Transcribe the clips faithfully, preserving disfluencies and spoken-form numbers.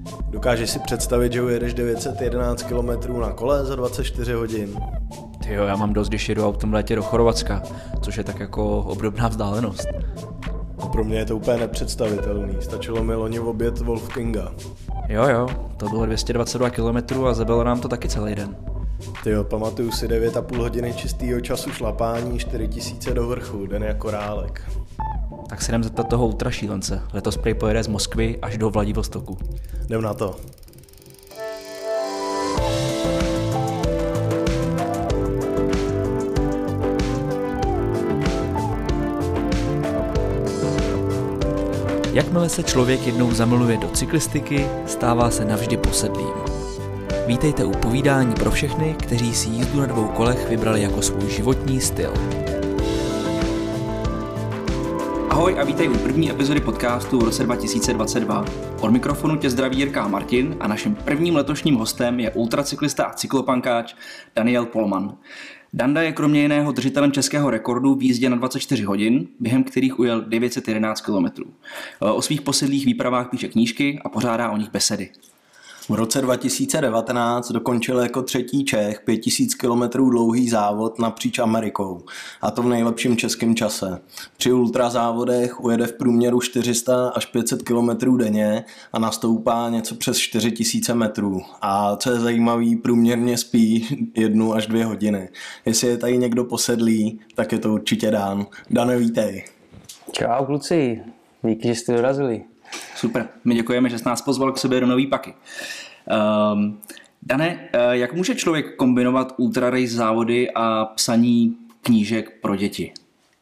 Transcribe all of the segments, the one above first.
Dokážeš si představit, že ujedeš devět set jedenáct kilometrů na kole za dvacet čtyři hodin? Tyjo, já mám dost, když jedu autem letě do Chorvatska, což je tak jako obdobná vzdálenost. A pro mě je to úplně nepředstavitelný. Stačilo mi loni obět Wolfkinga. Jo, jo, to bylo dvě stě dvacet dva kilometrů a zabilo nám to taky celý den. Tyjo, pamatuju si devět a půl hodiny čistýho času šlapání, čtyři tisíce do vrchu, den jako rálek. Tak si jdem zeptat toho ultrašílence. Letos prej pojede z Moskvy až do Vladivostoku. Jdem na to. Jakmile se člověk jednou zamiluje do cyklistiky, stává se navždy posedlým. Vítejte u povídání pro všechny, kteří si jízdu na dvou kolech vybrali jako svůj životní styl. Ahoj a vítej u první epizody podcastu v roce dva tisíce dvacet dva. Od mikrofonu tě zdraví Jirka a Martin a naším prvním letošním hostem je ultracyklista a cyklopankáč Daniel Polman. Danda je kromě jiného držitelem českého rekordu v jízdě na dvacet čtyři hodin, během kterých ujel devět set jedenáct kilometrů. O svých posedlých výpravách píše knížky a pořádá o nich besedy. V roce dva tisíce devatenáct dokončil jako třetí Čech pět tisíc kilometrů dlouhý závod napříč Amerikou, a to v nejlepším českém čase. Při ultrazávodech ujede v průměru čtyři sta až pět set kilometrů denně a nastoupá něco přes čtyři tisíce metrů. A co je zajímavý, průměrně spí jednu až dvě hodiny. Jestli je tady někdo posedlý, tak je to určitě Dan. Dane, vítej. Čau kluci, díky, že jste dorazili. Super, my děkujeme, že jsi nás pozval k sobě do Nový Paky. Um, Dane, jak může člověk kombinovat ultrarace závody a psaní knížek pro děti?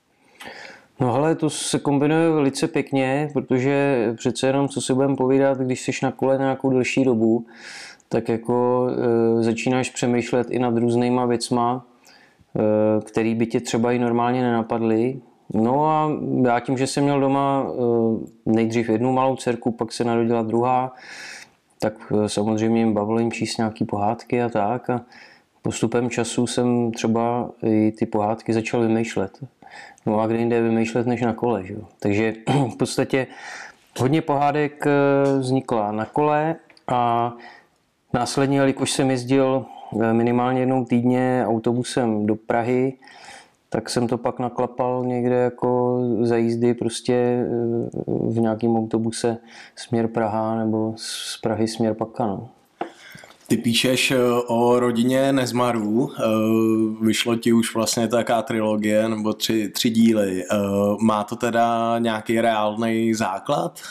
No hele, to se kombinuje velice pěkně, protože přece jenom, co si budeme povídat, když jsi na kole nějakou delší dobu, tak jako e, začínáš přemýšlet i nad různýma věcma, e, který by tě třeba i normálně nenapadly. No a já tím, že jsem měl doma nejdřív jednu malou dcerku, pak se narodila druhá, tak samozřejmě jim bavilo jim číst nějaký pohádky a tak. A postupem času jsem třeba i ty pohádky začal vymýšlet. No a kde jinde vymýšlet než na kole, že? Takže v podstatě hodně pohádek vznikla na kole a následně, jelikož jsem jezdil minimálně jednou týdně autobusem do Prahy, tak jsem to pak naklapal někde jako za jízdy prostě v nějakém autobuse směr Praha nebo z Prahy směr Paka. No. Ty píšeš o rodině Nezmarů, vyšlo ti už vlastně taká trilogie nebo tři, tři díly. Má to teda nějaký reálný základ?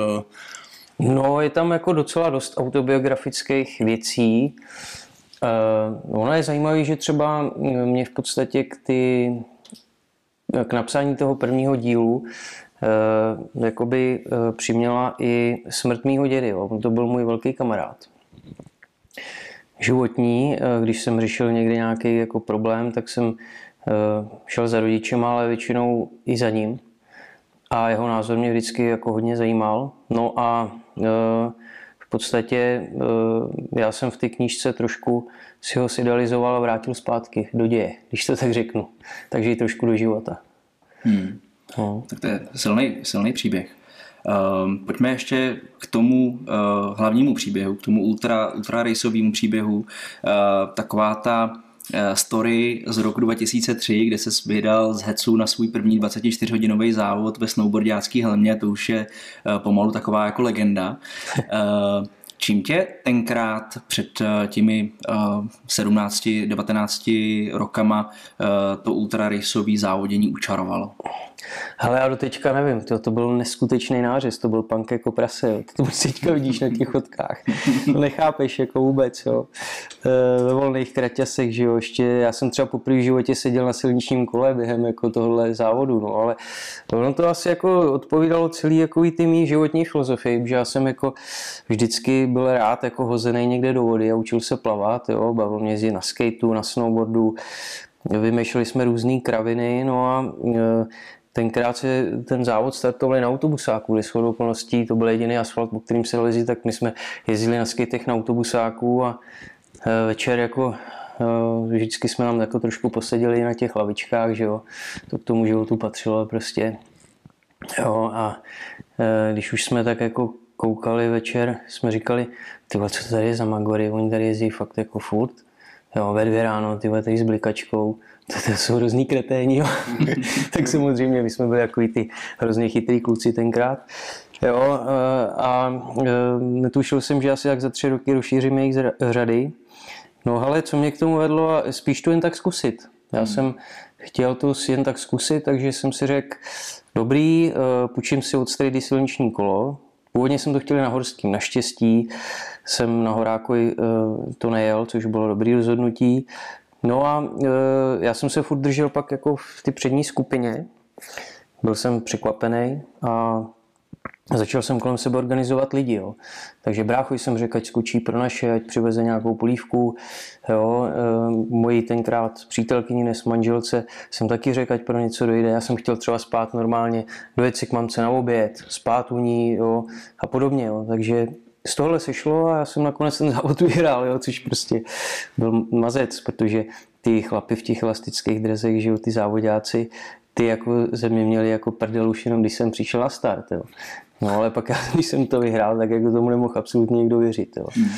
No, je tam jako docela dost autobiografických věcí. Uh, ono je zajímavé, že třeba mě v podstatě k, ty, k napsání toho prvního dílu uh, jakoby uh, přiměla i smrt mýho dědy. Jo. On to byl můj velký kamarád. Životní, uh, když jsem řešil někdy nějaký jako problém, tak jsem uh, šel za rodičem, ale většinou i za ním. A jeho názor mě vždycky jako hodně zajímal. No a uh, v podstatě já jsem v té knížce trošku si ho idealizoval a vrátil zpátky do děje, když to tak řeknu. Takže i trošku do života. Hmm. No. Tak to je silný, silný příběh. Um, pojďme ještě k tomu uh, hlavnímu příběhu, k tomu ultra, ultra raceovému příběhu. Uh, taková ta uh, story z roku dva tisíce tři, kde se vydal z Hecu na svůj první dvacetičtyřhodinový závod ve snowboardiácký helmě, to už je uh, pomalu taková jako legenda. Uh, čím tě tenkrát před těmi uh, sedmnácti devatenácti rokama uh, to ultraraceové závodění učarovalo? Hele, já do teďka nevím, to, to byl neskutečný nářez, to byl punk jako prase, jo. To teďka vidíš na těch fotkách, to nechápeš jako vůbec, jo. E, ve volných kraťasech, že jo, ještě, já jsem třeba poprvé v životě seděl na silničním kole během jako tohle závodu, no, ale ono to asi jako odpovídalo celý jako i ty mý životní filozofii, protože já jsem jako vždycky byl rád jako hozený někde do vody a učil se plavat, jo, bavil mě jezdit na skateu, na snowboardu, vymýšleli jsme různé kraviny, no a e, tenkrát se ten závod startovali na autobusáku, kde shodou okolností to byl jediný asfalt, po kterým se lezí, tak my jsme jezdili na skatech na autobusáku a večer jako vždycky jsme nám jako trošku poseděli na těch lavičkách, že jo, to k tomu životu patřilo prostě. Jo, a když už jsme tak jako koukali večer, jsme říkali, tyhle, co to tady je za magory, oni tady jezdí fakt jako furt. Jo, ve dvě ráno, tyhle tady s blikačkou, to, to jsou hrozný kreténi, jo. Tak samozřejmě my jsme byli jako ty hrozně chytrý kluci tenkrát. Jo, a netušil jsem, že asi tak za tři roky rozšíříme jejich řady. No ale co mě k tomu vedlo, a spíš to jen tak zkusit. Já hmm. jsem chtěl to jen tak zkusit, takže jsem si řekl, dobrý, půjčím si od strejdy silniční kolo. Původně jsem to chtěl na horským, naštěstí jsem na Horákovi to nejel, což bylo dobrý rozhodnutí. No a já jsem se furt držel pak jako v ty přední skupině. Byl jsem překvapený a začal jsem kolem sebe organizovat lidi. Jo. Takže bráchovi jsem řekl, ať skočí pro naše, ať přiveze nějakou polívku. Jo. Moji tenkrát přítelkyni, dnes manželce, jsem taky řekl, ať pro něco dojde. Já jsem chtěl třeba spát normálně, dojet si k mamce na oběd, spát u ní, jo, a podobně. Jo. Takže z tohohle se šlo a já jsem nakonec ten závod vyhrál, jo, což prostě byl mazec, protože ty chlapy v těch elastických drezech, že jo, ty závodáci, ty jako ze mě měli jako prdel už jenom, když jsem přišel na start. Jo. No ale pak, já, když jsem to vyhrál, tak jako tomu nemohl absolutně nikdo věřit. Jo. Hmm.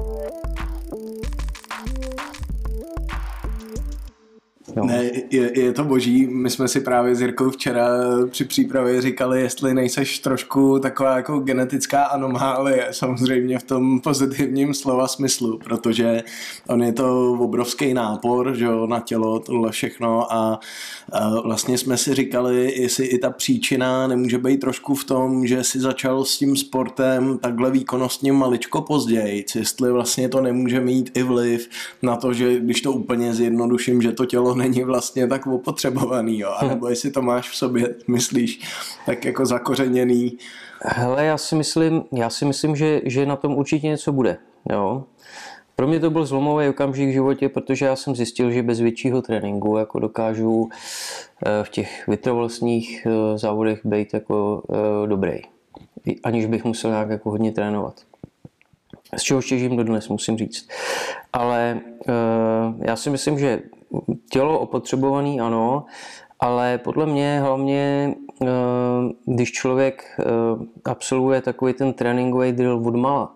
No. Ne, je, je to boží. My jsme si právě s Jirkou včera při přípravě říkali, jestli nejseš trošku taková jako genetická anomálie, samozřejmě v tom pozitivním slova smyslu, protože on je to obrovský nápor, že jo, na tělo, tohle všechno a, a vlastně jsme si říkali, jestli i ta příčina nemůže být trošku v tom, že si začal s tím sportem takhle výkonnostním maličko později, jestli vlastně to nemůže mít i vliv na to, že když to úplně zjednoduším, že to tělo není vlastně tak opotřebovaný, jo? A nebo jestli to máš v sobě, myslíš, tak jako zakořeněný. Hele, já si myslím, já si myslím, že, že na tom určitě něco bude, jo. Pro mě to byl zlomový okamžik v životě, protože já jsem zjistil, že bez většího tréninku jako dokážu v těch vytrvalostních závodech být jako dobrý. Aniž bych musel nějak jako hodně trénovat. Z čeho těžím dodnes, musím říct. Ale já si myslím, že tělo opotřebovaný ano, ale podle mě hlavně, když člověk absolvuje takový ten tréninkový drill od mala,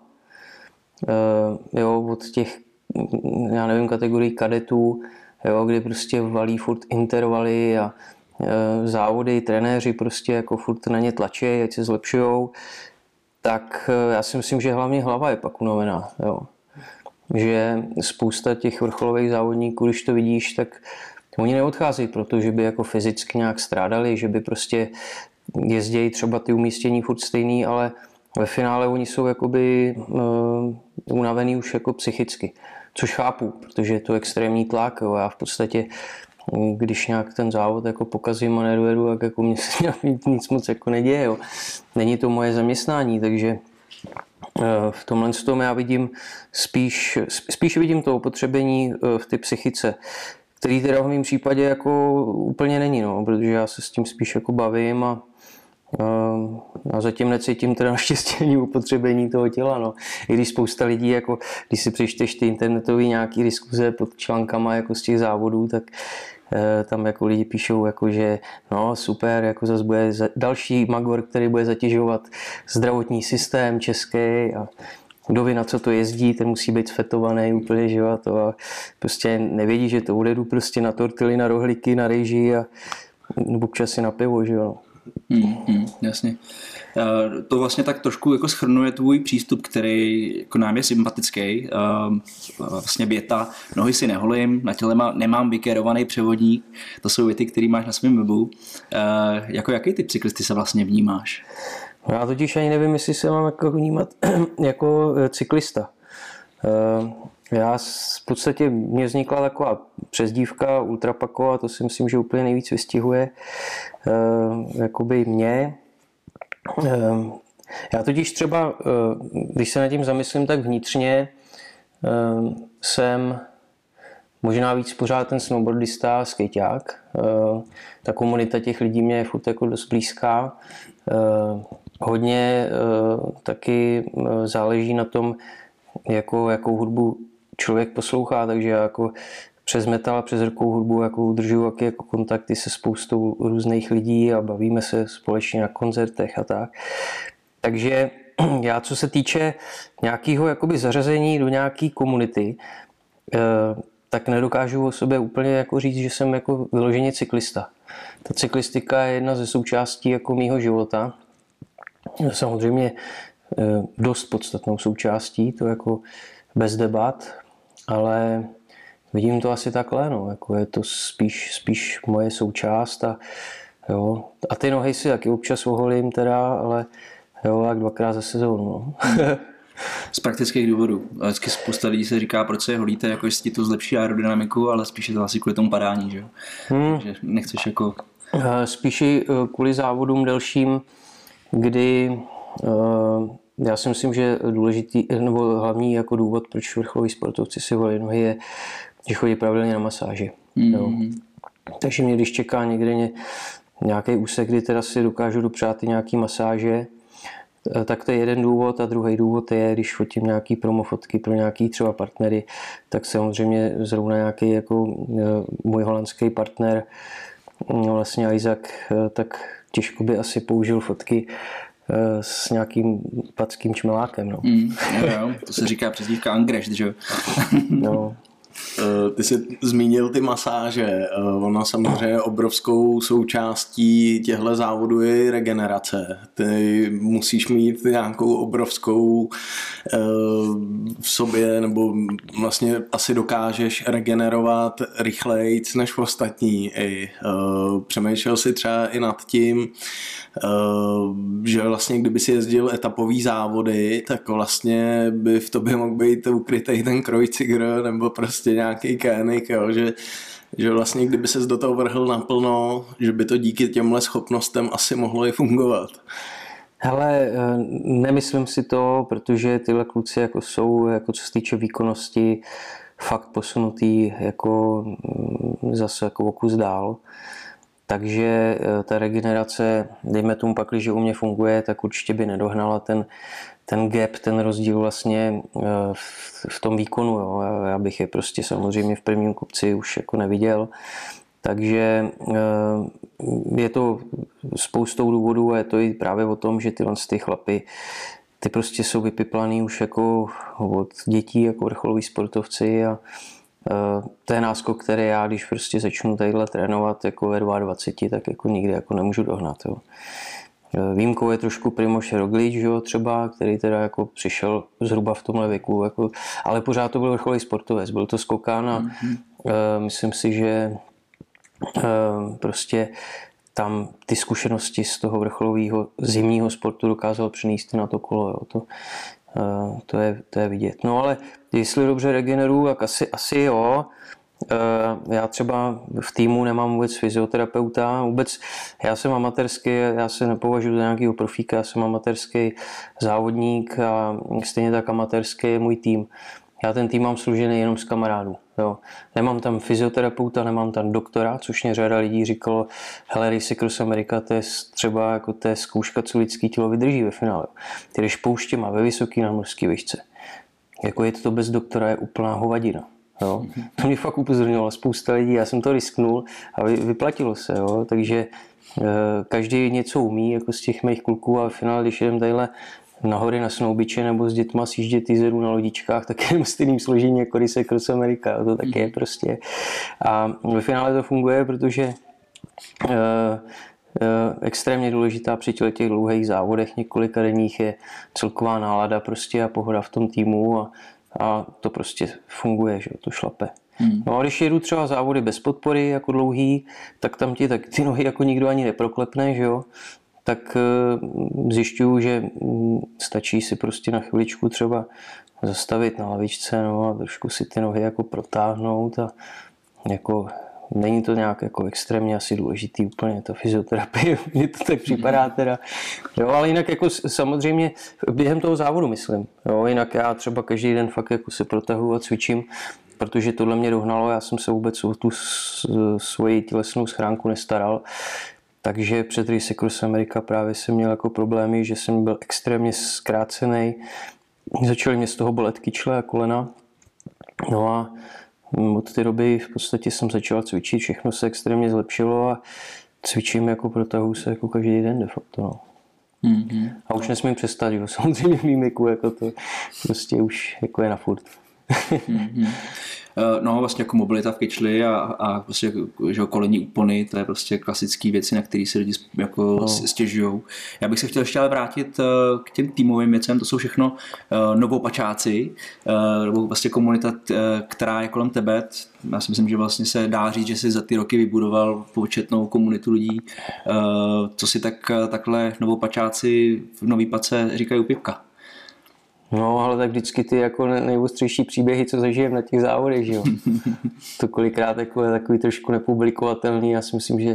jo, od těch, já nevím, kategorií kadetů, jo, kdy prostě valí furt intervaly a závody, trenéři prostě jako furt na ně tlačí, ať se zlepšujou, tak já si myslím, že hlavně hlava je pak unavená, jo. Že spousta těch vrcholových závodníků, když to vidíš, tak oni neodchází, protože by jako fyzicky nějak strádali, že by prostě jezdějí třeba ty umístění furt stejný, ale ve finále oni jsou jakoby uh, unavený už jako psychicky, což chápu, protože je to extrémní tlak. Jo. Já v podstatě, když nějak ten závod jako pokazím a nedojedu, tak jako mě se nic moc jako neděje. Jo. Není to moje zaměstnání, takže v tomhle tom já vidím spíš, spíš vidím to opotřebení v té psychice, který teda v mém případě jako úplně není, no, protože já se s tím spíš jako bavím a, a zatím necítím teda naštěstí ani opotřebení toho těla, no. I když spousta lidí, jako, když si přečteš ty internetové nějaký diskuze pod článkama jako z těch závodů, tak tam jako lidi píšou, jako, že no super, jako zase bude další magor, který bude zatěžovat zdravotní systém český a kdo ví, na co to jezdí, ten musí být sfetovaný úplně, že jo, a to a prostě nevědí, že to ujedu prostě na tortily, na rohlíky, na rejži a občas si na pivo, že jo. Hmm, hmm, jasně. To vlastně tak trošku jako shrnuje tvůj přístup, který jako nám je sympatický. Vlastně věta, nohy si neholím, na těle nemám vykérovaný převodník. To jsou věty, které máš na svém webu. Jako jaký typ cyklisty se vlastně vnímáš? Já totiž ani nevím, jestli se mám jako vnímat jako cyklista. Já v podstatě, mně vznikla taková přezdívka Ultrapako a to si myslím, že úplně nejvíc vystihuje jakoby mě. Já totiž třeba, když se nad tím zamyslím, tak vnitřně jsem možná víc pořád ten snowboardista, skejťák. Ta komunita těch lidí mě je furt jako dost blízká. Hodně taky záleží na tom, jako, jakou hudbu člověk poslouchá, takže já jako přes metal a přes rockovou hudbu jako udržuju jaký jako kontakty se spoustou různých lidí a bavíme se společně na koncertech a tak. Takže já, co se týče nějakého jakoby zařazení do nějaké komunity, tak nedokážu o sobě úplně jako říct, že jsem jako vyloženě cyklista. Ta cyklistika je jedna ze součástí jako mýho života. Samozřejmě dost podstatnou součástí, to jako bez debat, ale vidím to asi takhle, no, jako je to spíš, spíš moje součást a, jo, a ty nohy si taky občas oholím teda, ale jo, jak dvakrát za sezónu, no. Z praktických důvodů. Vždycky spousta lidí se říká, proč se je holíte, jako jestli to zlepší aerodynamiku, ale spíš je to asi kvůli tomu padání, že jo. Hmm. Takže nechceš jako... Spíš kvůli závodům delším, kdy já si myslím, že důležitý, nebo hlavní jako důvod, proč vrcholoví sportovci si volí nohy, je, že chodí pravidelně na masáži. Mm. Jo. Takže mě, když čeká někde ně, nějaký úsek, kdy teda si dokážu dopřát i nějaký masáže, tak to je jeden důvod a druhý důvod je, když fotím nějaký promofotky pro nějaký třeba partnery, tak samozřejmě zrovna nějaký jako můj holandský partner, vlastně Isaac, tak těžko by asi použil fotky s nějakým packým čmelákem. No. Mm, jo, jo. To se říká přezdívka Angrešt, že jo? No. Ty jsi zmínil ty masáže. Ona samozřejmě obrovskou součástí těchto závodů je regenerace. Ty musíš mít nějakou obrovskou v sobě, nebo vlastně asi dokážeš regenerovat rychlejc než ostatní. Přemýšlel si třeba i nad tím, že vlastně kdyby si jezdil etapový závody, tak vlastně by v tobě mohl být ukrytej ten Kreuziger nebo prostě nějaký Koenig, jo, že, že vlastně kdyby ses do toho vrhl naplno, že by to díky těmhle schopnostem asi mohlo i fungovat. Hele, nemyslím si to, protože tyhle kluci jako jsou, jako co se týče výkonnosti, fakt posunutý jako zase jako o kus dál. Takže ta regenerace, dejme tomu pak, když u mě funguje, tak určitě by nedohnala ten, ten gap, ten rozdíl vlastně v, v tom výkonu. Jo. Já bych je prostě samozřejmě v prvním kopci už jako neviděl. Takže je to spoustou důvodů a je to i právě o tom, že tyhle ty chlapy, ty prostě jsou vypiplaný už jako od dětí, jako vrcholoví sportovci a to je náskok, který já, když prostě začnu tadyhle trénovat jako ve dvaceti dvou, tak jako nikdy jako nemůžu dohnat. Jo. Výjimkou je trošku Primož Roglič, jo, třeba, který teda jako přišel zhruba v tomhle věku, jako, ale pořád to byl vrcholový sportovec, byl to skokán a mm-hmm. uh, myslím si, že uh, prostě tam ty zkušenosti z toho vrcholového zimního sportu dokázal přenést na to kolo. Jo. To, uh, to, je, to je vidět. No ale jestli dobře regeneruju, tak asi, asi jo. Já třeba v týmu nemám vůbec fyzioterapeuta, vůbec já jsem amatérský, já se nepovažuji za nějakého profíka, já jsem amatérský závodník a stejně tak amatérský je můj tým. Já ten tým mám složený jenom z kamarádů. Jo. Nemám tam fyzioterapeuta, nemám tam doktora, což mě řada lidí říkalo, hele, Race Across America, to je třeba jako to je zkouška, co lidský tělo vydrží ve finále. Ty jdeš pouštěma ve vysoký nadmořský výšce. Jako je to bez doktora, je úplná hovadina. Jo. To mě fakt upozorňovalo spousta lidí, já jsem to risknul a vyplatilo se, jo. Takže e, každý něco umí, jako z těch mých kluků a v finále, když jdem tadyhle nahory na snoubiče nebo s dětma sjíždět tyzeru na lodičkách, tak je stejným složení jako Race Across America, to tak je prostě. A ve finále to funguje, protože e, e, extrémně důležitá při těch dlouhých závodech, několika denních je celková nálada prostě a pohoda v tom týmu a A to prostě funguje, že to šlape. Hmm. No a když jedu třeba závody bez podpory, jako dlouhý, tak tam ti tak ty nohy jako nikdo ani neproklepne, že jo. Tak zjišťuju, že stačí si prostě na chviličku třeba zastavit na lavičce, no a trošku si ty nohy jako protáhnout a jako není to nějak jako extrémně asi důležitý úplně ta fyzioterapie, mně to tak připadá teda. Jo, ale jinak jako samozřejmě během toho závodu myslím. Jo, jinak já třeba každý den fakt jako se protahuji a cvičím, protože tohle mě dohnalo, já jsem se vůbec o tu svoji tělesnou schránku nestaral. Takže před Race Across America právě jsem měl jako problémy, že jsem byl extrémně zkrácený. Začaly mě z toho bolet kyčle a kolena. No a od té doby v podstatě jsem začal cvičit, všechno se extrémně zlepšilo a cvičím jako protahuji se jako každý den de facto. No. Mm-hmm. A už nesmím přestat, jo, samozřejmě v mimiku, jako to prostě už jako je na furt. mm-hmm. No vlastně jako mobilita v kyčli a, a prostě že kolenní úpony, to je prostě klasické věci, na které se lidi jako no. stěžujou. Já bych se chtěl ještě ale vrátit k těm týmovým věcem, to jsou všechno novopačáci, nebo vlastně komunita, která je kolem tebe. Já si myslím, že vlastně se dá říct, že jsi za ty roky vybudoval početnou komunitu lidí. Co si tak, takhle novopačáci v Nový Pace říkají u pivka? No, ale tak vždycky ty jako nejostřejší příběhy, co zažijeme na těch závodech, že jo. To kolikrát jako je takový trošku nepublikovatelný. Já si myslím, že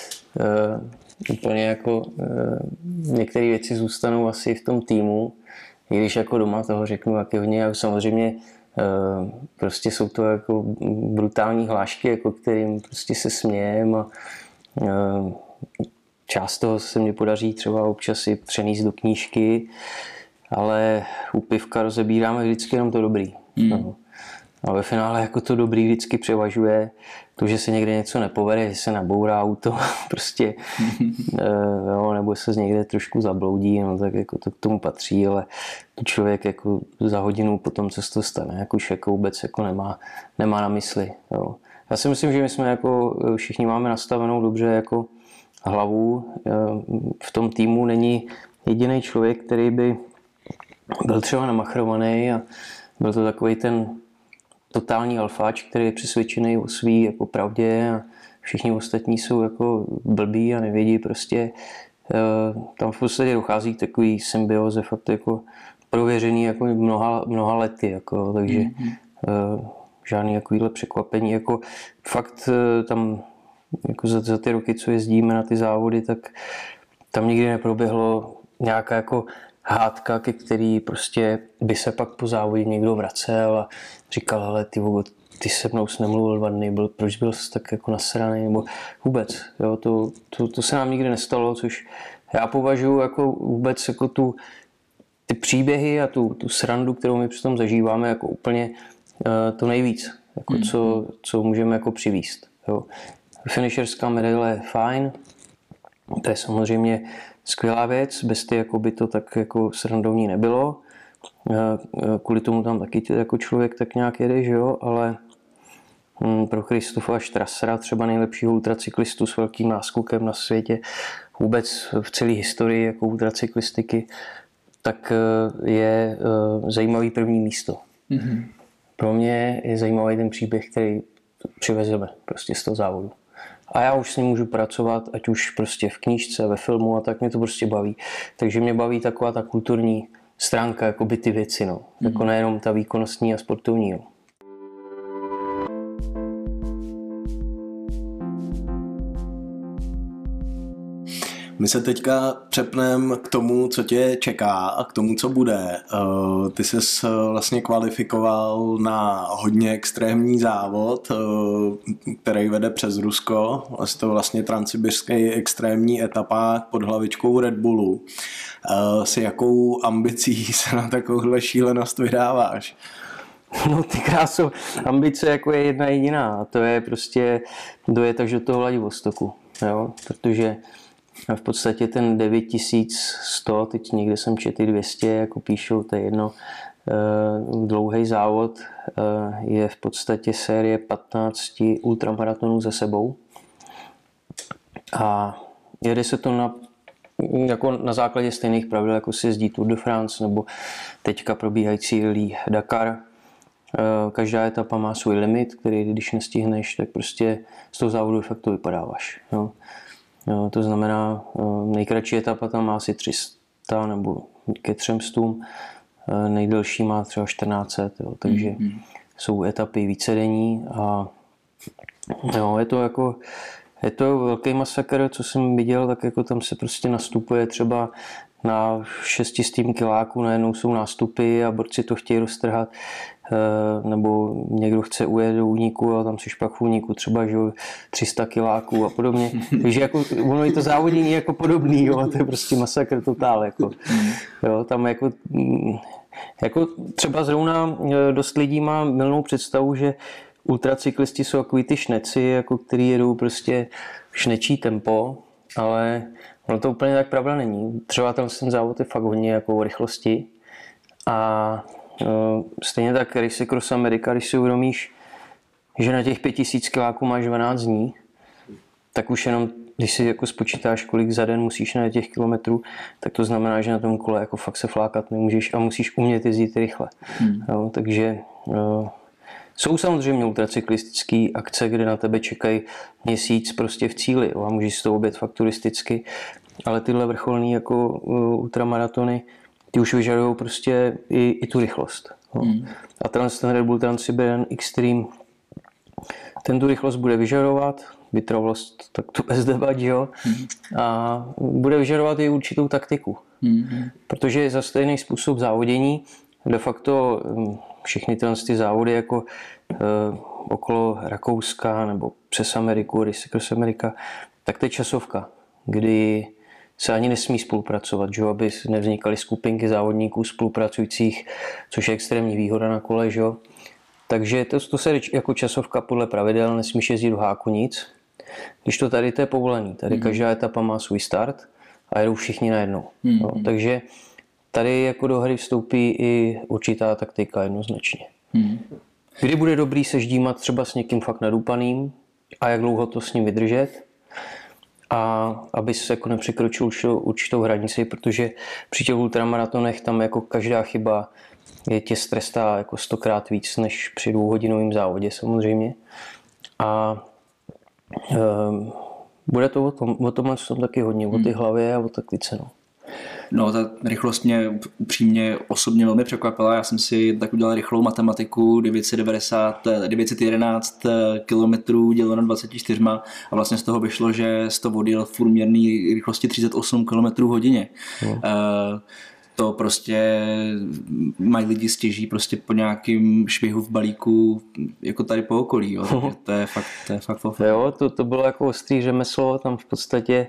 uh, úplně jako uh, některé věci zůstanou asi v tom týmu, i když jako doma toho řeknu taky hodně. A samozřejmě uh, prostě jsou to jako brutální hlášky, jako kterým prostě se smějem a uh, část toho se mi podaří třeba občas si přenést do knížky, ale u pivka rozebíráme vždycky jenom to dobrý. Mm. No. A ve finále jako to dobrý vždycky převažuje. To, že se někde něco nepovede, že se nabourá auto, prostě, e, jo, nebo se z někde trošku zabloudí, no, tak jako to k tomu patří, ale to člověk jako za hodinu po tom, co se to stane, jako už jako vůbec jako nemá, nemá na mysli. Jo. Já si myslím, že my jsme jako všichni máme nastavenou dobře jako hlavu. E, v tom týmu není jediný člověk, který by byl třeba namachrovaný a byl to takový ten totální alfáč, který je přesvědčený o svý jako pravdě a všichni ostatní jsou jako blbí a nevědí prostě. Tam v podstatě dochází k takový symbioze fakt jako prověřený jako mnoha, mnoha lety, jako, takže mm-hmm. žádný takovýhle překvapení. Jako, fakt tam jako za, za ty roky, co jezdíme na ty závody, tak tam nikdy neproběhlo nějaká jako hádka, ke který prostě by se pak po závodě někdo vracel a říkal, hele, ty, ty se mnou jsi nemluvil dva dny, byl, proč byl jsi tak jako nasraný, nebo vůbec, jo, to, to, to se nám nikdy nestalo, což já považuji jako vůbec jako tu, ty příběhy a tu, tu srandu, kterou my přitom zažíváme, jako úplně uh, to nejvíc, jako hmm. co, co můžeme jako přivízt. Jo. Finisherská medaile je fajn, to je samozřejmě skvělá věc, bez ty jako by to tak jako srandovní nebylo. Kvůli tomu tam taky jako člověk tak nějak jede, že jo, ale pro Christofa Strassera, třeba nejlepšího ultracyklistu s velkým náskokem na světě, vůbec v celé historii jako ultracyklistiky, tak je zajímavý první místo. Mm-hmm. Pro mě je zajímavý ten příběh, který přivezeme prostě z toho závodu. A já už s ním můžu pracovat, ať už prostě v knížce, ve filmu a tak mě to prostě baví. Takže mě baví taková ta kulturní stránka, jako by ty věci, no. Mm. Jako nejenom ta výkonnostní a sportovní, no. My se teďka přepneme k tomu, co tě čeká a k tomu, co bude. Ty jsi vlastně kvalifikoval na hodně extrémní závod, který vede přes Rusko. Je to vlastně transsibirský extrémní etapák pod hlavičkou Red Bullu. S jakou ambicí se na takovouhle šílenost vydáváš? No ty kráso, ambice jako je jedna jediná. A to je prostě dojet až do toho Vladivostoku. Jo? Protože v podstatě ten devět tisíc sto, teď někde jsem četl dvě stě, jako píšou, to je jedno, dlouhý závod, je v podstatě série patnáct ultramaratonů za sebou. A jede se to na, jako na základě stejných pravidel, jako se jezdí Tour de France nebo teďka probíhající Rallye Dakar. Každá etapa má svůj limit, který když nestihneš, tak prostě z toho závodu fakt to vypadáváš. No. Jo, to znamená, nejkratší etapa tam má asi tři sta nebo ke třem stům, nejdelší má třeba čtrnáct set, jo, takže mm-hmm. jsou etapy vícedenní a jo, je to jako je to velký masakr, co jsem viděl, tak jako tam se prostě nastupuje třeba na šestistým kiláku, najednou jsou nástupy a borci to chtějí roztrhat, nebo někdo chce ujet do úniku a tam jsi pak v úniku třeba že tři sta kiláků a podobně. Takže jako, ono je to závodění jako podobný, jo, to je prostě masakr totál. Jako. Jo, tam jako, jako třeba zrovna dost lidí má mylnou představu, že ultracyklisti jsou takový ty šneci, jako který jedou prostě šnečí tempo, ale ono to úplně tak pravda není. Třeba ten závod je fakt hodně jako o rychlosti a no, stejně tak Race Across America, když si uvědomíš, že na těch pět tisíc kiláků máš dvanáct dní, tak už jenom, když si jako spočítáš, kolik za den musíš na těch kilometrů, tak to znamená, že na tom kole jako fakt se flákat nemůžeš a musíš umět jezdit rychle. Hmm. No, takže no, jsou samozřejmě ultracyklistické akce, kde na tebe čekají měsíc prostě v cíli jo, a můžeš si to objet fakt turisticky, ale tyhle vrcholný jako uh, ultramaratony, ty už vyžadují prostě i, i tu rychlost. Jo. Hmm. A ten Red Bull Trans-Siberian Extreme, ten tu rychlost bude vyžadovat, vytrvalost, tak to bez debat, jo, hmm. a bude vyžadovat i určitou taktiku. Hmm. Protože za stejný způsob závodění de facto všechny ty závody jako e, okolo Rakouska nebo přes Ameriku, Race Across America, tak to je časovka, kdy se ani nesmí spolupracovat, že? Aby nevznikaly skupinky závodníků spolupracujících, což je extrémní výhoda na kole. Že? Takže to, to se jako časovka podle pravidel, nesmíš jezdit v háku nic. Když to tady to je povolený, tady mm. každá etapa má svůj start a jedou všichni najednou. Mm. No, takže tady jako do hry vstoupí i určitá taktika jednoznačně. Mm. Kdy bude dobrý se ždímat třeba s někým fakt nadupaným a jak dlouho to s ním vydržet, a aby se jako nepřekročil určitou, určitou hranici, protože při těch ultramaratonech tam jako každá chyba je tě strestá jako stokrát víc než při dvouhodinovém závodě samozřejmě. A e, bude to o tom, o tomhle tom taky hodně, hmm. o ty hlavě a o taktice. No. No, ta rychlost mě upřímně osobně velmi překvapila. Já jsem si tak udělal rychlou matematiku, devět set devadesát, devět set jedenáct kilometrů děleno na dvacet čtyři a vlastně z toho vyšlo, že to odjel v průměrné rychlosti třicet osm kilometrů hodině. No. Uh, to prostě mají lidi stěží prostě po nějakým švihu v balíku, jako tady po okolí. Jo. Takže to je fakt, to je fakt, fakt. Jo, to, to bylo jako ostrý řemeslo, tam v podstatě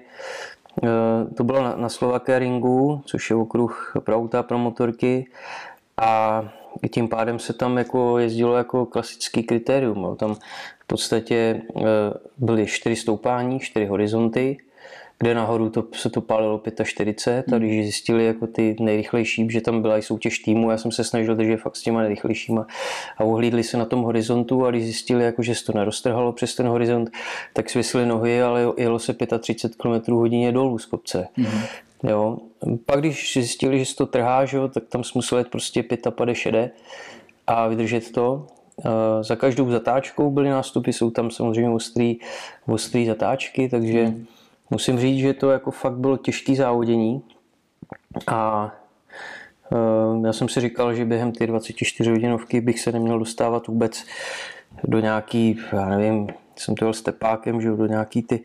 to bylo na, na Slovakia ringu, což je okruh pro auta a pro motorky, a tím pádem se tam jako jezdilo jako klasický kritérium. Jo. Tam v podstatě byly čtyři stoupání, čtyři horizonty, kde nahoru to, se to pálilo čtyřicet pět, a když zjistili jako ty nejrychlejší, že tam byla i soutěž týmu, já jsem se snažil držet fakt s těma nejrychlejšíma, a ohlídli se na tom horizontu, a když zjistili, jako, že se to neroztrhalo přes ten horizont, tak svisli nohy, ale jelo se třicet pět kilometrů hodině dolů z kopce. Mm-hmm. Jo. Pak když zjistili, že se to trhá, že, tak tam jsme museli prostě padesát šede a vydržet to. Za každou zatáčkou byly nástupy, jsou tam samozřejmě ostrý, ostrý zatáčky, takže mm. musím říct, že to jako fakt bylo těžké závodění, a uh, já jsem si říkal, že během ty dvacet čtyři hodinovky bych se neměl dostávat vůbec do nějaký, já nevím, jsem to jel s tepákem, že do nějaký ty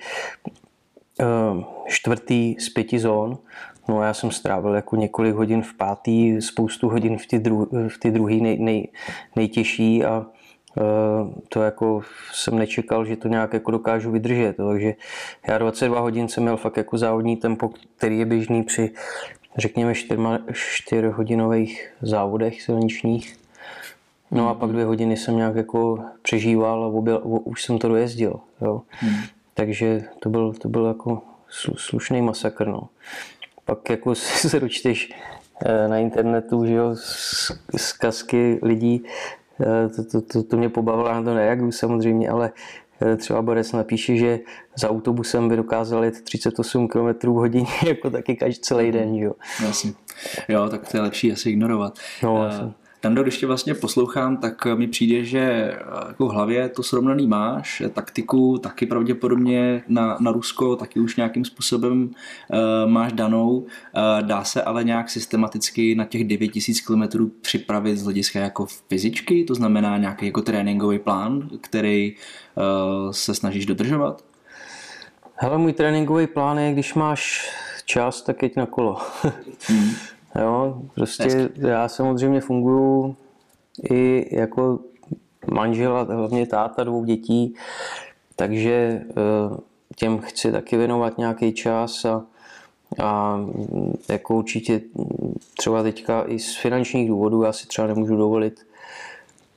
uh, čtvrtý z pěti zón. No a já jsem strávil jako několik hodin v pátý, spoustu hodin v ty, dru, v ty druhý nej, nej, nejtěžší, a to jako jsem nečekal, že to nějak jako dokážu vydržet. Takže já dvacet dva hodin jsem měl fakt jako závodní tempo, který je běžný při, řekněme, čtyřhodinových závodech silničních. No a pak dvě hodiny jsem nějak jako přežíval a objel, už jsem to dojezdil. Jo. Hmm. Takže to byl, to byl jako slušný masakr. No. Pak jako se dočteš na internetu, že jo, zkazky lidí. To, to, to, to mě pobavilo, na to nereaguju samozřejmě, ale třeba Borec napíše, že za autobusem by dokázal jet třicet osm kilometrů hodině, jako taky každý celý den, jo. Jasně. Jo, tak to je lepší asi ignorovat. No, uh, Tando, když tě vlastně poslouchám, tak mi přijde, že jako v hlavě to srovnaný máš, taktiku taky pravděpodobně na, na Rusko taky už nějakým způsobem uh, máš danou. Uh, dá se ale nějak systematicky na těch devět tisíc kilometrů připravit z hlediska jako fyzičky, to znamená nějaký jako tréninkový plán, který uh, se snažíš dodržovat? Hele, můj tréninkový plán je, když máš čas, tak jeď na kolo. hmm. Jo, prostě Hezky. Já samozřejmě funguju i jako manžel a hlavně táta dvou dětí, takže těm chci taky věnovat nějaký čas, a, a jako určitě třeba teďka i z finančních důvodů já si třeba nemůžu dovolit